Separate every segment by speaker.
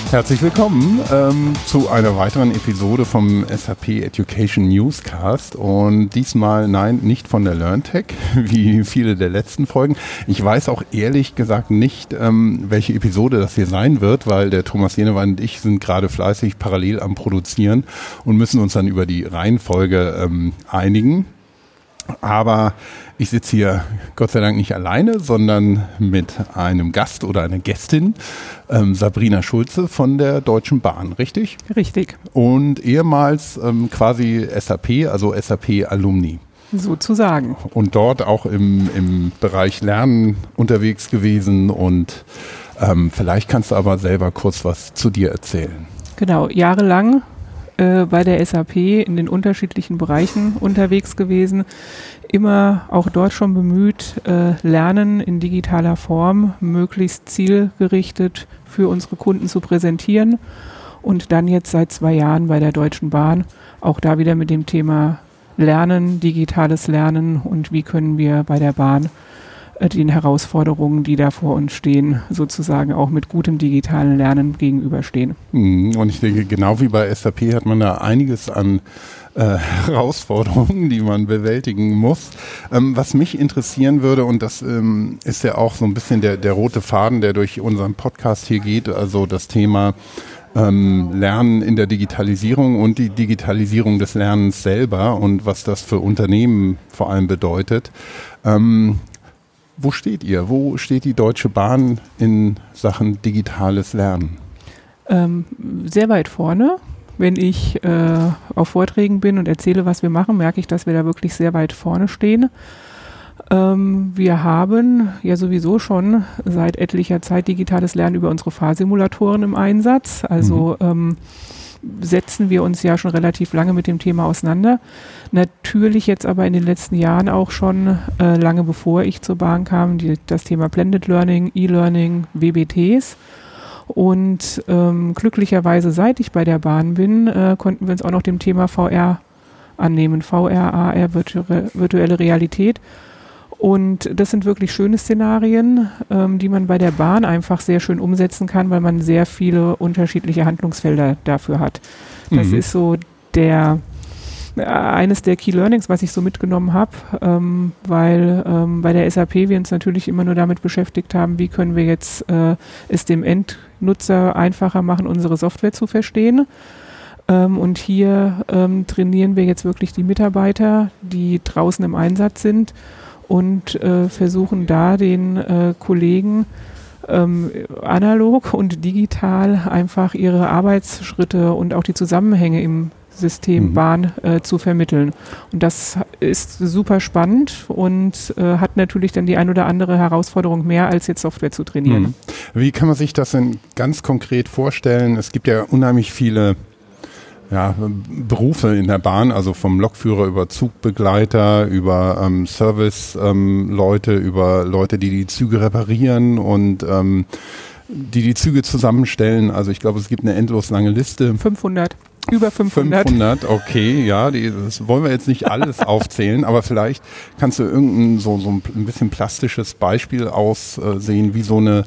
Speaker 1: Herzlich willkommen zu einer weiteren Episode vom SAP Education Newscast und diesmal, nein, nicht von der LearnTech, wie viele der letzten Folgen. Ich weiß auch ehrlich gesagt nicht, welche Episode das hier sein wird, weil der Thomas Jenewald und ich sind gerade fleißig parallel am Produzieren und müssen uns dann über die Reihenfolge einigen. Aber ich sitze hier Gott sei Dank nicht alleine, sondern mit einem Gast oder einer Gästin, Sabrina Schulze von der Deutschen Bahn, richtig?
Speaker 2: Richtig.
Speaker 1: Und ehemals quasi SAP, also SAP-Alumni.
Speaker 2: Sozusagen.
Speaker 1: Und dort auch im Bereich Lernen unterwegs gewesen und vielleicht kannst du aber selber kurz was zu dir erzählen.
Speaker 2: Genau, jahrelang bei der SAP in den unterschiedlichen Bereichen unterwegs gewesen, immer auch dort schon bemüht, Lernen in digitaler Form möglichst zielgerichtet für unsere Kunden zu präsentieren und dann jetzt seit 2 Jahren bei der Deutschen Bahn auch da wieder mit dem Thema Lernen, digitales Lernen und wie können wir bei der Bahn den Herausforderungen, die da vor uns stehen, sozusagen auch mit gutem digitalen Lernen gegenüberstehen.
Speaker 1: Und ich denke, genau wie bei SAP hat man da einiges an Herausforderungen, die man bewältigen muss. Was mich interessieren würde, und das ist ja auch so ein bisschen der rote Faden, der durch unseren Podcast hier geht, also das Thema Lernen in der Digitalisierung und die Digitalisierung des Lernens selber und was das für Unternehmen vor allem bedeutet. Wo steht ihr? Wo steht die Deutsche Bahn in Sachen digitales Lernen?
Speaker 2: Sehr weit vorne. Wenn ich auf Vorträgen bin und erzähle, was wir machen, merke ich, dass wir da wirklich sehr weit vorne stehen. Wir haben ja sowieso schon seit etlicher Zeit digitales Lernen über unsere Fahrsimulatoren im Einsatz. Also setzen wir uns ja schon relativ lange mit dem Thema auseinander. Natürlich jetzt aber in den letzten Jahren auch schon, lange bevor ich zur Bahn kam, das Thema Blended Learning, E-Learning, WBTs. Und glücklicherweise, seit ich bei der Bahn bin, konnten wir uns auch noch dem Thema VR annehmen. VR, AR, virtuelle Realität. Und das sind wirklich schöne Szenarien, die man bei der Bahn einfach sehr schön umsetzen kann, weil man sehr viele unterschiedliche Handlungsfelder dafür hat. Das ist so eines der Key Learnings, was ich so mitgenommen habe, weil bei der SAP wir uns natürlich immer nur damit beschäftigt haben, wie können wir jetzt es dem Endnutzer einfacher machen, unsere Software zu verstehen. Und hier trainieren wir jetzt wirklich die Mitarbeiter, die draußen im Einsatz sind und versuchen da den Kollegen analog und digital einfach ihre Arbeitsschritte und auch die Zusammenhänge im System Bahn zu vermitteln. Und das ist super spannend und hat natürlich dann die ein oder andere Herausforderung mehr, als jetzt Software zu trainieren.
Speaker 1: Wie kann man sich das denn ganz konkret vorstellen? Es gibt ja unheimlich viele Berufe in der Bahn, also vom Lokführer über Zugbegleiter, über Service-Leute, über Leute, die Züge reparieren und die Züge zusammenstellen. Also ich glaube, es gibt eine endlos lange Liste.
Speaker 2: 500. Über 500.
Speaker 1: 500, okay, ja, das wollen wir jetzt nicht alles aufzählen, aber vielleicht kannst du irgendein so ein bisschen plastisches Beispiel aussehen, wie so eine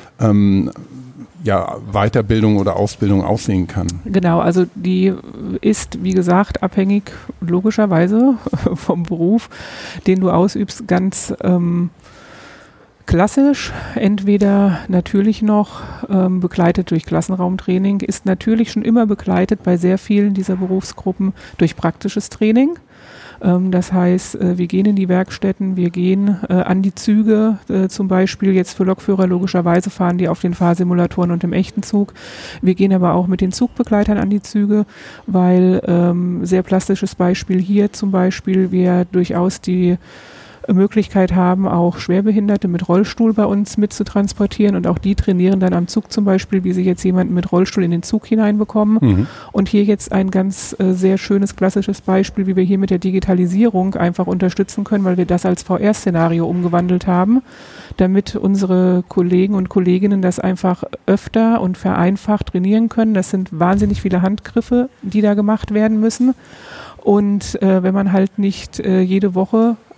Speaker 1: Weiterbildung oder Ausbildung aussehen kann.
Speaker 2: Genau, also die ist, wie gesagt, abhängig logischerweise vom Beruf, den du ausübst, ganz klassisch, entweder natürlich noch begleitet durch Klassenraumtraining, ist natürlich schon immer begleitet bei sehr vielen dieser Berufsgruppen durch praktisches Training. Das heißt, wir gehen in die Werkstätten, wir gehen an die Züge, zum Beispiel jetzt für Lokführer logischerweise fahren die auf den Fahrsimulatoren und im echten Zug. Wir gehen aber auch mit den Zugbegleitern an die Züge, weil sehr plastisches Beispiel hier zum Beispiel wir durchaus die Möglichkeit haben, auch Schwerbehinderte mit Rollstuhl bei uns mitzutransportieren und auch die trainieren dann am Zug zum Beispiel, wie sie jetzt jemanden mit Rollstuhl in den Zug hineinbekommen. Und hier jetzt ein ganz sehr schönes klassisches Beispiel, wie wir hier mit der Digitalisierung einfach unterstützen können, weil wir das als VR-Szenario umgewandelt haben, damit unsere Kollegen und Kolleginnen das einfach öfter und vereinfacht trainieren können. Das sind wahnsinnig viele Handgriffe, die da gemacht werden müssen. Und wenn man halt nicht jede Woche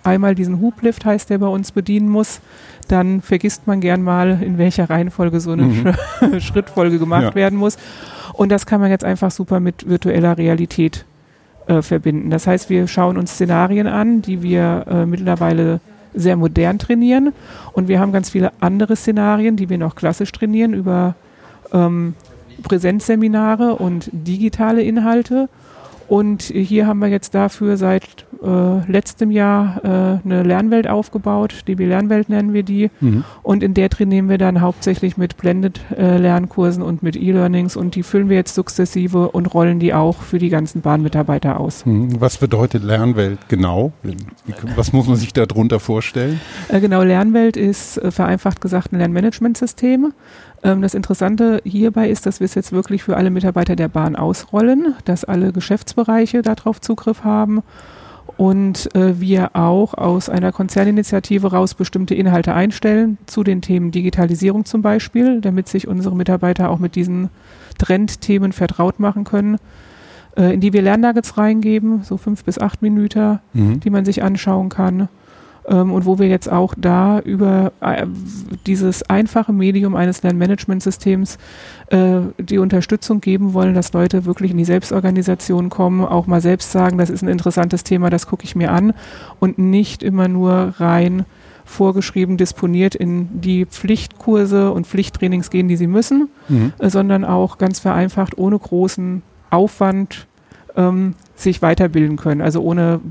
Speaker 2: einmal diesen Hublift, heißt der, bei uns bedienen muss, dann vergisst man gern mal, in welcher Reihenfolge so eine Schrittfolge gemacht werden muss. Und das kann man jetzt einfach super mit virtueller Realität verbinden. Das heißt, wir schauen uns Szenarien an, die wir mittlerweile sehr modern trainieren. Und wir haben ganz viele andere Szenarien, die wir noch klassisch trainieren über Präsenzseminare und digitale Inhalte. Und hier haben wir jetzt dafür seit letztem Jahr eine Lernwelt aufgebaut. DB Lernwelt nennen wir die. Und in der trainieren wir dann hauptsächlich mit Blended-Lernkursen und mit E-Learnings. Und die füllen wir jetzt sukzessive und rollen die auch für die ganzen Bahnmitarbeiter aus.
Speaker 1: Was bedeutet Lernwelt genau? Was muss man sich darunter vorstellen?
Speaker 2: Genau, Lernwelt ist vereinfacht gesagt ein Lernmanagementsystem. Das Interessante hierbei ist, dass wir es jetzt wirklich für alle Mitarbeiter der Bahn ausrollen, dass alle Geschäftsbereiche darauf Zugriff haben und wir auch aus einer Konzerninitiative raus bestimmte Inhalte einstellen, zu den Themen Digitalisierung zum Beispiel, damit sich unsere Mitarbeiter auch mit diesen Trendthemen vertraut machen können, in die wir Lernnuggets reingeben, so 5 bis 8 Minuten, die man sich anschauen kann. Und wo wir jetzt auch da über dieses einfache Medium eines Lernmanagementsystems die Unterstützung geben wollen, dass Leute wirklich in die Selbstorganisation kommen, auch mal selbst sagen, das ist ein interessantes Thema, das gucke ich mir an und nicht immer nur rein vorgeschrieben, disponiert in die Pflichtkurse und Pflichttrainings gehen, die sie müssen, sondern auch ganz vereinfacht, ohne großen Aufwand sich weiterbilden können, also ohne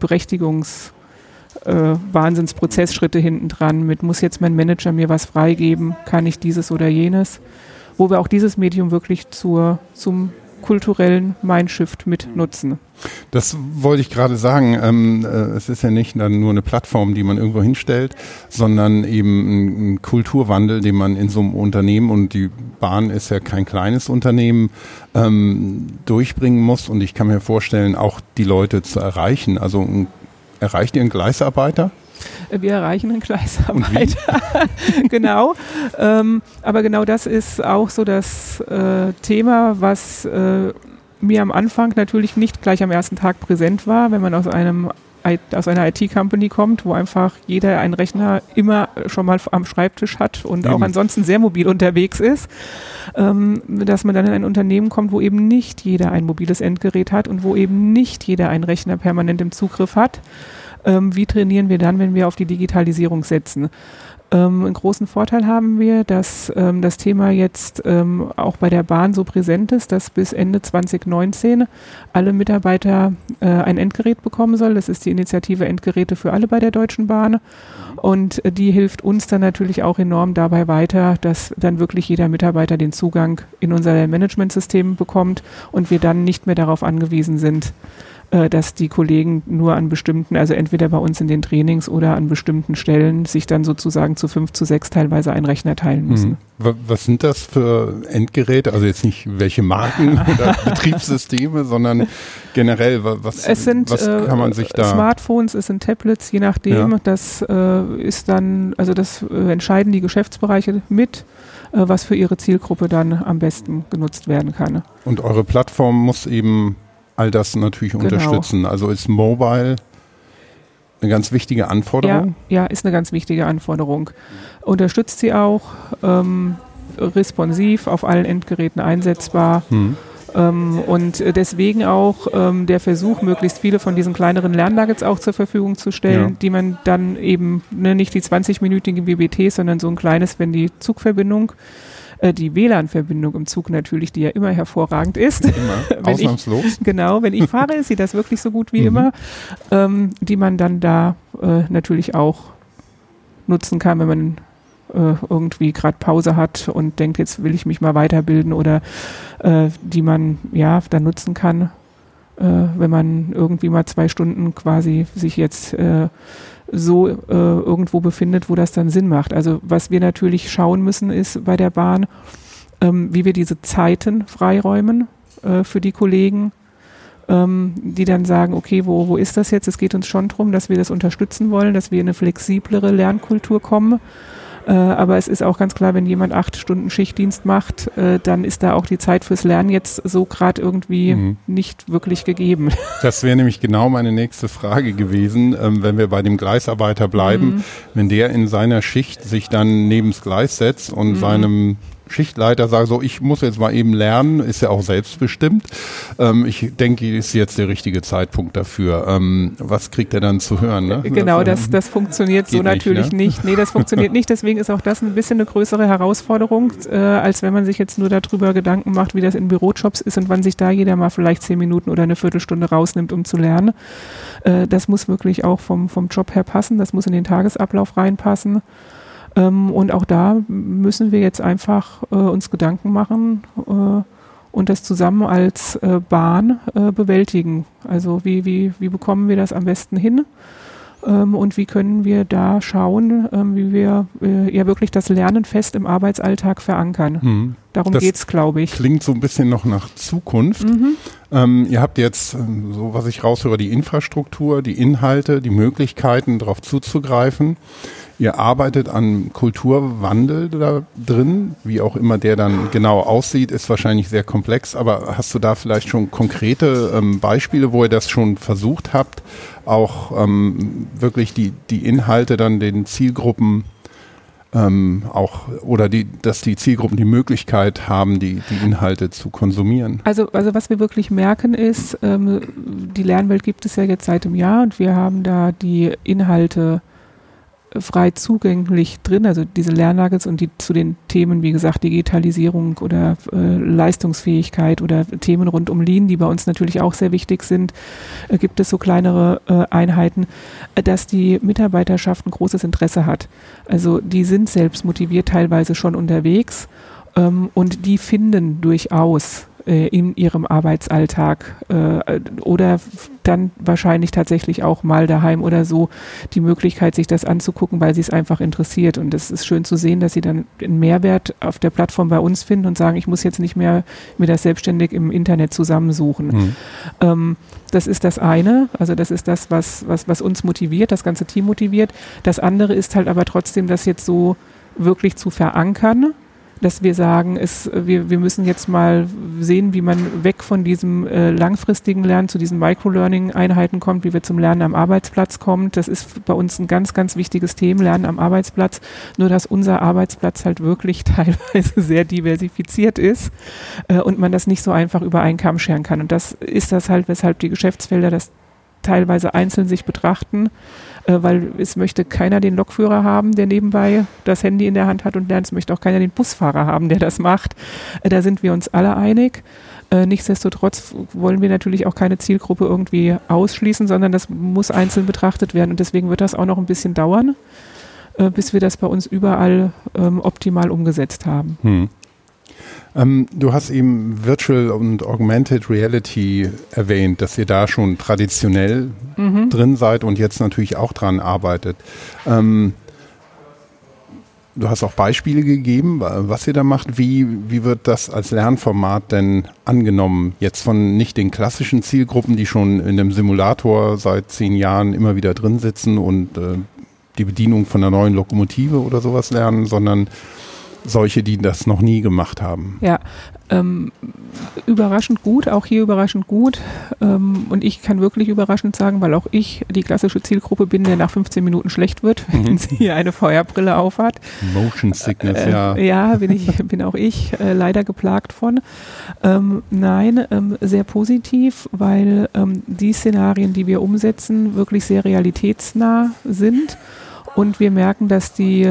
Speaker 2: Wahnsinnsprozessschritte hinten dran mit, muss jetzt mein Manager mir was freigeben, kann ich dieses oder jenes, wo wir auch dieses Medium wirklich zum kulturellen Mindshift mit nutzen.
Speaker 1: Das wollte ich gerade sagen. Es ist ja nicht nur eine Plattform, die man irgendwo hinstellt, sondern eben ein Kulturwandel, den man in so einem Unternehmen, und die Bahn ist ja kein kleines Unternehmen, durchbringen muss. Und ich kann mir vorstellen, auch die Leute zu erreichen. Also erreicht ihr einen Gleisarbeiter?
Speaker 2: Wir erreichen einen Gleisarbeiter, genau. Aber genau das ist auch so das Thema, was mir am Anfang natürlich nicht gleich am ersten Tag präsent war, wenn man aus einer IT-Company kommt, wo einfach jeder einen Rechner immer schon mal am Schreibtisch hat und auch ansonsten sehr mobil unterwegs ist, dass man dann in ein Unternehmen kommt, wo eben nicht jeder ein mobiles Endgerät hat und wo eben nicht jeder einen Rechner permanent im Zugriff hat. Wie trainieren wir dann, wenn wir auf die Digitalisierung setzen? Einen großen Vorteil haben wir, dass das Thema jetzt auch bei der Bahn so präsent ist, dass bis Ende 2019 alle Mitarbeiter ein Endgerät bekommen sollen. Das ist die Initiative Endgeräte für alle bei der Deutschen Bahn. Und die hilft uns dann natürlich auch enorm dabei weiter, dass dann wirklich jeder Mitarbeiter den Zugang in unser Managementsystem bekommt und wir dann nicht mehr darauf angewiesen sind, dass die Kollegen nur an bestimmten, also entweder bei uns in den Trainings oder an bestimmten Stellen sich dann sozusagen zu 5 zu 6 teilweise einen Rechner teilen müssen.
Speaker 1: Was sind das für Endgeräte? Also jetzt nicht welche Marken oder Betriebssysteme, sondern generell, was kann man sich da...
Speaker 2: Smartphones, es sind Tablets, je nachdem. Ja. Das ist dann, also das entscheiden die Geschäftsbereiche mit, was für ihre Zielgruppe dann am besten genutzt werden kann.
Speaker 1: Und eure Plattform muss eben all das natürlich unterstützen. Also ist Mobile eine ganz wichtige Anforderung?
Speaker 2: Ja, ist eine ganz wichtige Anforderung. Unterstützt sie auch, responsiv, auf allen Endgeräten einsetzbar. Und deswegen auch der Versuch, möglichst viele von diesen kleineren Lernnuggets auch zur Verfügung zu stellen, die man dann eben nicht die 20-minütigen WBT, sondern so ein kleines, wenn die Zugverbindung, die WLAN-Verbindung im Zug natürlich, die ja immer hervorragend ist.
Speaker 1: Immer, ausnahmslos.
Speaker 2: Wenn ich fahre, ist sie das wirklich so gut wie immer, die man dann da natürlich auch nutzen kann, wenn man irgendwie gerade Pause hat und denkt, jetzt will ich mich mal weiterbilden, oder die man dann nutzen kann, wenn man irgendwie mal 2 Stunden quasi sich jetzt so irgendwo befindet, wo das dann Sinn macht. Also was wir natürlich schauen müssen, ist bei der Bahn, wie wir diese Zeiten freiräumen für die Kollegen, die dann sagen, okay, wo ist das jetzt? Es geht uns schon darum, dass wir das unterstützen wollen, dass wir in eine flexiblere Lernkultur kommen, Aber es ist auch ganz klar, wenn jemand 8 Stunden Schichtdienst macht, dann ist da auch die Zeit fürs Lernen jetzt so gerade irgendwie nicht wirklich gegeben.
Speaker 1: Das wäre nämlich genau meine nächste Frage gewesen, wenn wir bei dem Gleisarbeiter bleiben, wenn der in seiner Schicht sich dann neben das Gleis setzt und seinem Schichtleiter sagt, so, ich muss jetzt mal eben lernen, ist ja auch selbstbestimmt. Ich denke, ist jetzt der richtige Zeitpunkt dafür. Was kriegt er dann zu hören? Ne?
Speaker 2: Genau, das funktioniert so natürlich nicht. Nee, das funktioniert nicht. Deswegen ist auch das ein bisschen eine größere Herausforderung, als wenn man sich jetzt nur darüber Gedanken macht, wie das in Bürojobs ist und wann sich da jeder mal vielleicht 10 Minuten oder eine Viertelstunde rausnimmt, um zu lernen. Das muss wirklich auch vom Job her passen. Das muss in den Tagesablauf reinpassen. Und auch da müssen wir jetzt einfach uns Gedanken machen und das zusammen als Bahn bewältigen. Also wie bekommen wir das am besten hin und wie können wir da schauen, wie wir ja wirklich das Lernen fest im Arbeitsalltag verankern. Darum geht es, glaube ich.
Speaker 1: Klingt so ein bisschen noch nach Zukunft. Ihr habt jetzt, so was ich raushöre, die Infrastruktur, die Inhalte, die Möglichkeiten, darauf zuzugreifen. Ihr arbeitet an Kulturwandel da drin, wie auch immer der dann genau aussieht, ist wahrscheinlich sehr komplex, aber hast du da vielleicht schon konkrete Beispiele, wo ihr das schon versucht habt, auch wirklich die Inhalte dann den Zielgruppen dass die Zielgruppen die Möglichkeit haben, die Inhalte zu konsumieren? Also
Speaker 2: was wir wirklich merken ist, die Lernwelt gibt es ja jetzt seit einem Jahr und wir haben da die Inhalte frei zugänglich drin, also diese Lernnuggets und die zu den Themen, wie gesagt, Digitalisierung oder Leistungsfähigkeit oder Themen rund um Lean, die bei uns natürlich auch sehr wichtig sind, gibt es so kleinere Einheiten, dass die Mitarbeiterschaft ein großes Interesse hat. Also die sind selbst motiviert, teilweise schon unterwegs und die finden durchaus in ihrem Arbeitsalltag oder dann wahrscheinlich tatsächlich auch mal daheim oder so die Möglichkeit, sich das anzugucken, weil sie es einfach interessiert. Und es ist schön zu sehen, dass sie dann einen Mehrwert auf der Plattform bei uns finden und sagen, ich muss jetzt nicht mehr mir das selbstständig im Internet zusammensuchen. Das ist das eine, also das ist das, was uns motiviert, das ganze Team motiviert. Das andere ist halt aber trotzdem, das jetzt so wirklich zu verankern, dass wir sagen, wir müssen jetzt mal sehen, wie man weg von diesem langfristigen Lernen zu diesen Microlearning-Einheiten kommt, wie wir zum Lernen am Arbeitsplatz kommen. Das ist bei uns ein ganz, ganz wichtiges Thema, Lernen am Arbeitsplatz. Nur, dass unser Arbeitsplatz halt wirklich teilweise sehr diversifiziert ist und man das nicht so einfach über einen Kamm scheren kann. Und das ist das halt, weshalb die Geschäftsfelder das teilweise einzeln sich betrachten, weil es möchte keiner den Lokführer haben, der nebenbei das Handy in der Hand hat und lernt. Es möchte auch keiner den Busfahrer haben, der das macht. Da sind wir uns alle einig. Nichtsdestotrotz wollen wir natürlich auch keine Zielgruppe irgendwie ausschließen, sondern das muss einzeln betrachtet werden. Und deswegen wird das auch noch ein bisschen dauern, bis wir das bei uns überall optimal umgesetzt haben.
Speaker 1: Du hast eben Virtual und Augmented Reality erwähnt, dass ihr da schon traditionell drin seid und jetzt natürlich auch dran arbeitet. Du hast auch Beispiele gegeben, was ihr da macht. Wie wird das als Lernformat denn angenommen? Jetzt von nicht den klassischen Zielgruppen, die schon in einem Simulator seit 10 Jahren immer wieder drin sitzen und die Bedienung von einer neuen Lokomotive oder sowas lernen, sondern solche, die das noch nie gemacht haben.
Speaker 2: Ja, überraschend gut, auch hier überraschend gut. Und ich kann wirklich überraschend sagen, weil auch ich die klassische Zielgruppe bin, der nach 15 Minuten schlecht wird, wenn sie hier eine VR-Brille aufhat.
Speaker 1: Motion Sickness, ja.
Speaker 2: Ja, bin auch ich leider geplagt von. Nein, sehr positiv, weil die Szenarien, die wir umsetzen, wirklich sehr realitätsnah sind. Und wir merken, dass die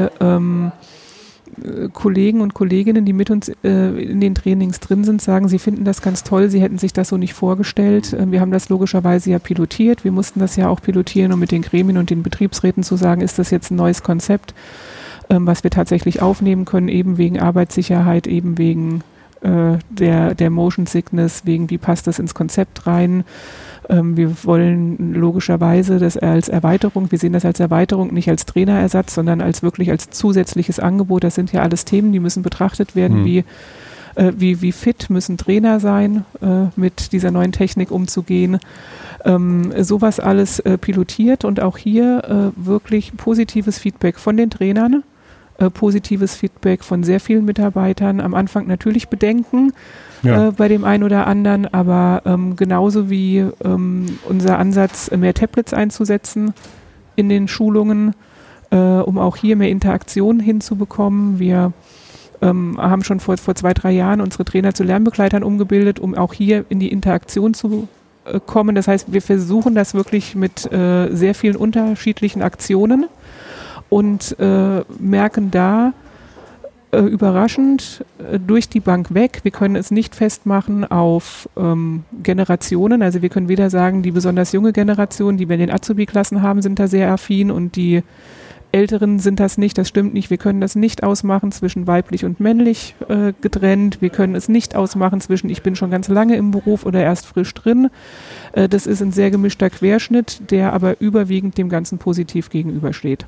Speaker 2: Kollegen und Kolleginnen, die mit uns in den Trainings drin sind, sagen, sie finden das ganz toll, sie hätten sich das so nicht vorgestellt. Wir haben das logischerweise ja pilotiert, wir mussten das ja auch pilotieren, um mit den Gremien und den Betriebsräten zu sagen, ist das jetzt ein neues Konzept, was wir tatsächlich aufnehmen können, eben wegen Arbeitssicherheit, eben wegen der Motion Sickness, wegen wie passt das ins Konzept rein. Wir wollen logischerweise das als Erweiterung, wir sehen das als Erweiterung, nicht als Trainerersatz, sondern als wirklich als zusätzliches Angebot. Das sind ja alles Themen, die müssen betrachtet werden, wie fit müssen Trainer sein, mit dieser neuen Technik umzugehen. Sowas alles pilotiert und auch hier wirklich positives Feedback von den Trainern. positives Feedback von sehr vielen Mitarbeitern. Am Anfang natürlich Bedenken bei dem einen oder anderen, aber genauso wie unser Ansatz, mehr Tablets einzusetzen in den Schulungen, um auch hier mehr Interaktion hinzubekommen. Wir haben schon vor 2-3 Jahren unsere Trainer zu Lernbegleitern umgebildet, um auch hier in die Interaktion zu kommen. Das heißt, wir versuchen das wirklich mit sehr vielen unterschiedlichen Aktionen und merken da überraschend durch die Bank weg. Wir können es nicht festmachen auf Generationen. Also wir können weder sagen, die besonders junge Generation, die wir in den Azubi-Klassen haben, sind da sehr affin und die Älteren sind das nicht, das stimmt nicht. Wir können das nicht ausmachen zwischen weiblich und männlich getrennt. Wir können es nicht ausmachen zwischen ich bin schon ganz lange im Beruf oder erst frisch drin. Das ist ein sehr gemischter Querschnitt, der aber überwiegend dem Ganzen positiv gegenübersteht.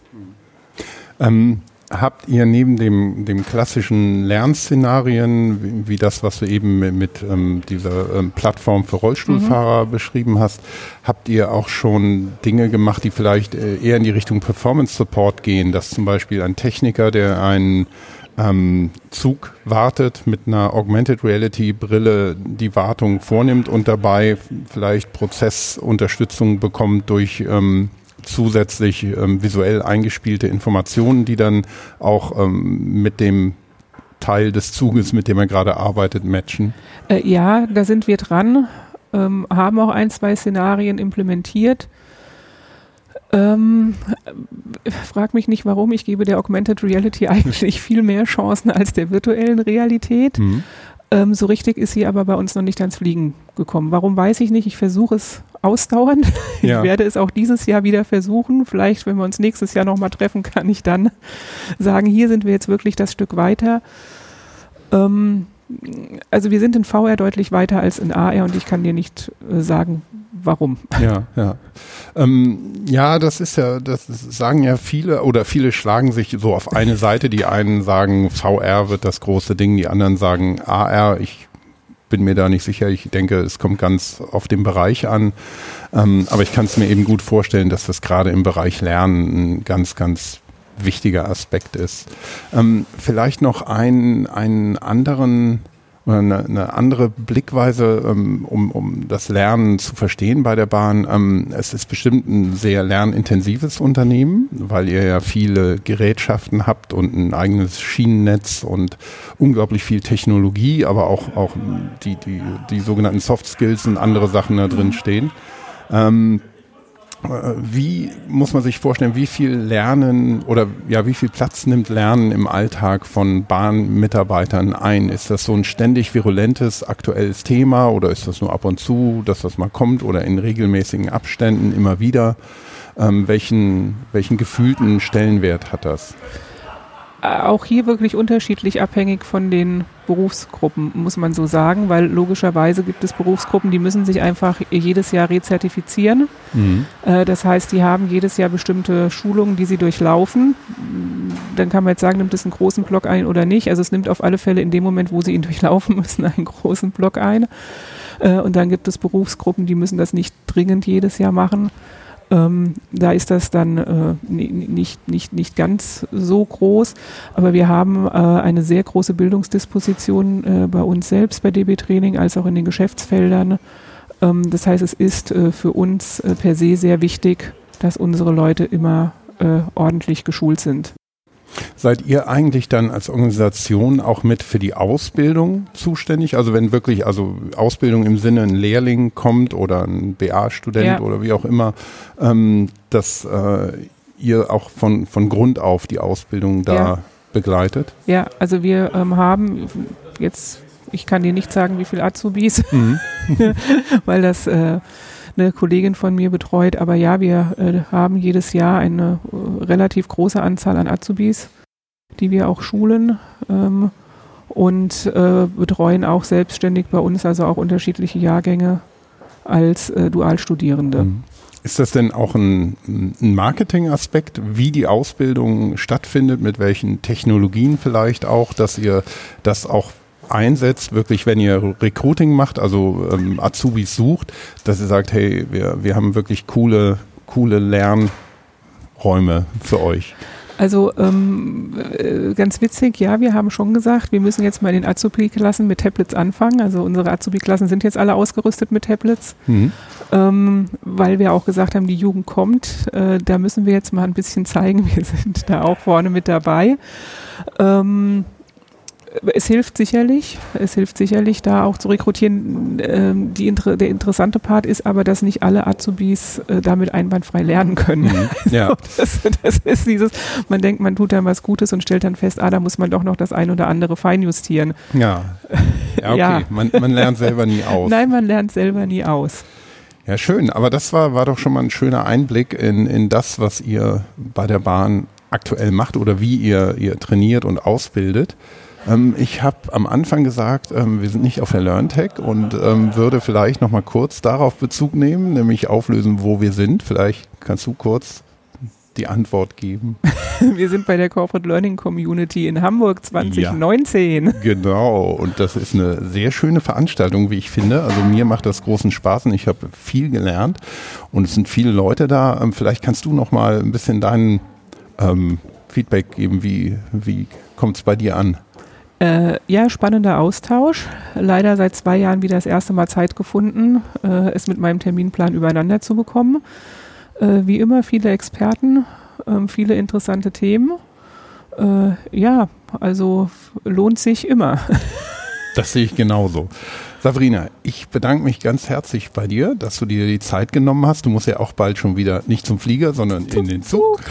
Speaker 1: Habt ihr neben dem klassischen Lernszenarien, wie das, was du eben mit dieser Plattform für Rollstuhlfahrer beschrieben hast, habt ihr auch schon Dinge gemacht, die vielleicht eher in die Richtung Performance Support gehen, dass zum Beispiel ein Techniker, der einen Zug wartet, mit einer Augmented Reality Brille die Wartung vornimmt und dabei vielleicht Prozessunterstützung bekommt durch zusätzlich visuell eingespielte Informationen, die dann auch mit dem Teil des Zuges, mit dem er gerade arbeitet, matchen?
Speaker 2: Ja, da sind wir dran, haben auch 1-2 Szenarien implementiert. Frag mich nicht warum, ich gebe der Augmented Reality eigentlich viel mehr Chancen als der virtuellen Realität. So richtig ist sie aber bei uns noch nicht ans Fliegen gekommen. Warum, weiß ich nicht. Ich versuche es ausdauernd. Ja. Ich werde es auch dieses Jahr wieder versuchen. Vielleicht, wenn wir uns nächstes Jahr nochmal treffen, kann ich dann sagen, hier sind wir jetzt wirklich das Stück weiter. Also wir sind in VR deutlich weiter als in AR und ich kann dir nicht sagen, warum.
Speaker 1: Ja, das sagen ja viele, oder viele schlagen sich so auf eine Seite. Die einen sagen, VR wird das große Ding, die anderen sagen AR. Ich bin mir da nicht sicher. Ich denke, es kommt ganz auf den Bereich an. Aber ich kann es mir eben gut vorstellen, dass das gerade im Bereich Lernen ein ganz, ganz wichtiger Aspekt ist. Vielleicht noch einen anderen oder eine andere Blickweise, um das Lernen zu verstehen bei der Bahn. Es ist bestimmt ein sehr lernintensives Unternehmen, weil ihr ja viele Gerätschaften habt und ein eigenes Schienennetz und unglaublich viel Technologie, aber auch die sogenannten Soft Skills und andere Sachen da drin stehen. Wie muss man sich vorstellen, wie viel Lernen oder wie viel Platz nimmt Lernen im Alltag von Bahnmitarbeitern ein? Ist das so ein ständig virulentes, aktuelles Thema oder ist das nur ab und zu, dass das mal kommt oder in regelmäßigen Abständen immer wieder? Welchen gefühlten Stellenwert hat das?
Speaker 2: Auch hier wirklich unterschiedlich abhängig von den Berufsgruppen, muss man so sagen, weil logischerweise gibt es Berufsgruppen, die müssen sich einfach jedes Jahr rezertifizieren. Das heißt, die haben jedes Jahr bestimmte Schulungen, die sie durchlaufen. Dann kann man jetzt sagen, nimmt es einen großen Block ein oder nicht. Also es nimmt auf alle Fälle in dem Moment, wo sie ihn durchlaufen müssen, einen großen Block ein. Und dann gibt es Berufsgruppen, die müssen das nicht dringend jedes Jahr machen. Da ist das dann nicht ganz so groß, aber wir haben eine sehr große Bildungsdisposition bei uns selbst bei DB Training als auch in den Geschäftsfeldern. Das heißt, es ist für uns per se sehr wichtig, dass unsere Leute immer ordentlich geschult sind.
Speaker 1: Seid ihr eigentlich dann als Organisation auch mit für die Ausbildung zuständig? Also wenn wirklich, Ausbildung im Sinne ein Lehrling kommt oder ein BA-Student oder wie auch immer, dass ihr auch von Grund auf die Ausbildung da begleitet? Ja,
Speaker 2: also wir haben jetzt, ich kann dir nicht sagen, wie viele Azubis, weil das eine Kollegin von mir betreut, aber ja, wir haben jedes Jahr eine relativ große Anzahl an Azubis, die wir auch schulen und betreuen auch selbstständig bei uns, also auch unterschiedliche Jahrgänge als Dualstudierende.
Speaker 1: Ist das denn auch ein Marketingaspekt, wie die Ausbildung stattfindet, mit welchen Technologien vielleicht auch, dass ihr das auch einsetzt, wirklich, wenn ihr Recruiting macht, also Azubis sucht, dass ihr sagt, hey, wir haben wirklich coole Lernräume für euch?
Speaker 2: Also ganz witzig, ja, wir haben schon gesagt, wir müssen jetzt mal in den Azubi-Klassen mit Tablets anfangen. Also unsere Azubi-Klassen sind jetzt alle ausgerüstet mit Tablets, weil wir auch gesagt haben, die Jugend kommt. Da müssen wir jetzt mal ein bisschen zeigen, wir sind da auch vorne mit dabei. Es hilft sicherlich, da auch zu rekrutieren. Der interessante Part ist aber, dass nicht alle Azubis damit einwandfrei lernen können.
Speaker 1: Ja.
Speaker 2: Das ist dieses, man denkt, man tut dann was Gutes und stellt dann fest, da muss man doch noch das ein oder andere feinjustieren.
Speaker 1: Ja, okay. Ja. Man lernt selber nie aus.
Speaker 2: Nein, man lernt selber nie aus.
Speaker 1: Ja, schön. Aber das war doch schon mal ein schöner Einblick in das, was ihr bei der Bahn aktuell macht oder wie ihr trainiert und ausbildet. Ich habe am Anfang gesagt, wir sind nicht auf der LearnTech und würde vielleicht noch mal kurz darauf Bezug nehmen, nämlich auflösen, wo wir sind. Vielleicht kannst du kurz die Antwort geben.
Speaker 2: Wir sind bei der Corporate Learning Community in Hamburg 2019.
Speaker 1: Ja, genau, und das ist eine sehr schöne Veranstaltung, wie ich finde. Also mir macht das großen Spaß und ich habe viel gelernt und es sind viele Leute da. Vielleicht kannst du noch mal ein bisschen dein Feedback geben, wie kommt es bei dir an?
Speaker 2: Ja, spannender Austausch. Leider seit 2 Jahren wieder das erste Mal Zeit gefunden, es mit meinem Terminplan übereinander zu bekommen. Wie immer viele Experten, viele interessante Themen. Ja, also lohnt sich immer.
Speaker 1: Das sehe ich genauso. Sabrina, ich bedanke mich ganz herzlich bei dir, dass du dir die Zeit genommen hast. Du musst ja auch bald schon wieder nicht zum Flieger, sondern in den Zug.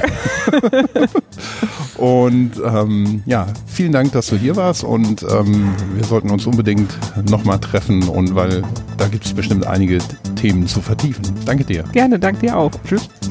Speaker 1: Und ja, vielen Dank, dass du hier warst und wir sollten uns unbedingt nochmal treffen und weil da gibt es bestimmt einige Themen zu vertiefen. Danke dir.
Speaker 2: Gerne, danke dir auch.
Speaker 1: Tschüss.